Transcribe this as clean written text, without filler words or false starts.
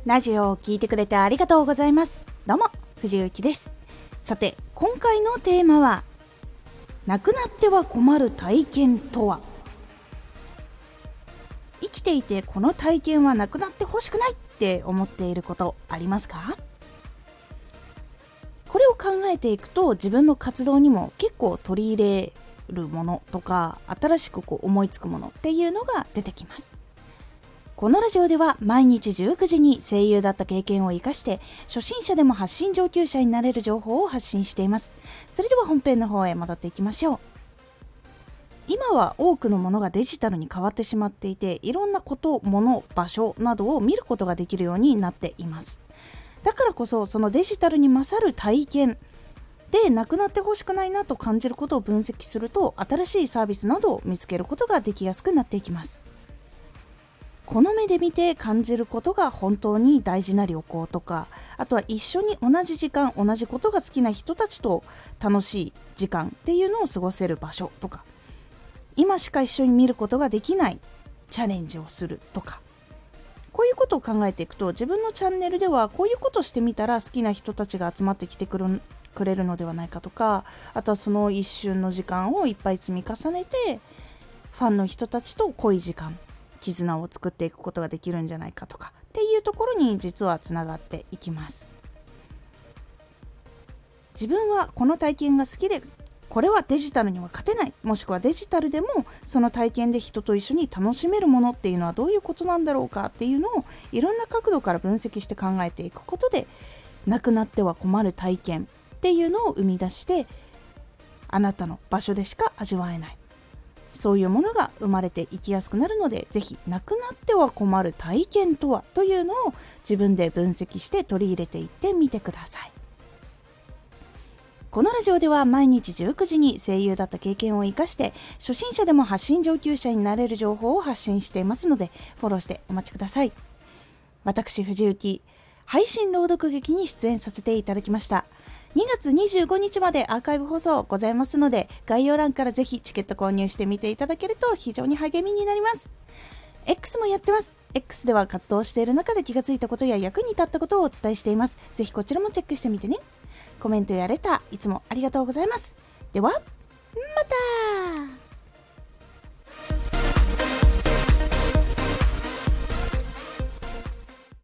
ラジオを聞いてくれてありがとうございます。どうも藤幸です。さて今回のテーマは、なくなっては困る体験とは。生きていてこの体験はなくなってほしくないって思っていることありますか？これを考えていくと、自分の活動にも結構取り入れるものとか、新しく思いつくものっていうのが出てきます。このラジオでは毎日19時に声優だった経験を生かして、初心者でも発信上級者になれる情報を発信しています。それでは本編の方へ戻っていきましょう。今は多くのものがデジタルに変わってしまっていて、いろんなこと、物、場所などを見ることができるようになっています。だからこそ、そのデジタルに勝る体験でなくなってほしくないなと感じることを分析すると、新しいサービスなどを見つけることができやすくなっていきます。この目で見て感じることが本当に大事な旅行とか、あとは一緒に同じ時間、同じことが好きな人たちと楽しい時間っていうのを過ごせる場所とか、今しか一緒に見ることができないチャレンジをするとか、こういうことを考えていくと、自分のチャンネルではこういうことしてみたら好きな人たちが集まってきてくれるのではないかとか、あとはその一瞬の時間をいっぱい積み重ねて、ファンの人たちと濃い時間、絆を作っていくことができるんじゃないかとかっていうところに実はつながっていきます。自分はこの体験が好きで、これはデジタルには勝てない、もしくはデジタルでもその体験で人と一緒に楽しめるものっていうのはどういうことなんだろうかっていうのを、いろんな角度から分析して考えていくことで、なくなっては困る体験っていうのを生み出して、あなたの場所でしか味わえない、そういうものが生まれていきやすくなるので、ぜひなくなっては困る体験とはというのを自分で分析して取り入れていってみてください。このラジオでは毎日19時に声優だった経験を生かして、初心者でも発信上級者になれる情報を発信していますので、フォローしてお待ちください。私藤幸、配信朗読劇に出演させていただきました。2月25日までアーカイブ放送ございますので、概要欄からぜひチケット購入してみていただけると非常に励みになります。X もやってます。X では活動している中で気がついたことや役に立ったことをお伝えしています。ぜひこちらもチェックしてみてね。コメントやレターいつもありがとうございます。ではまた。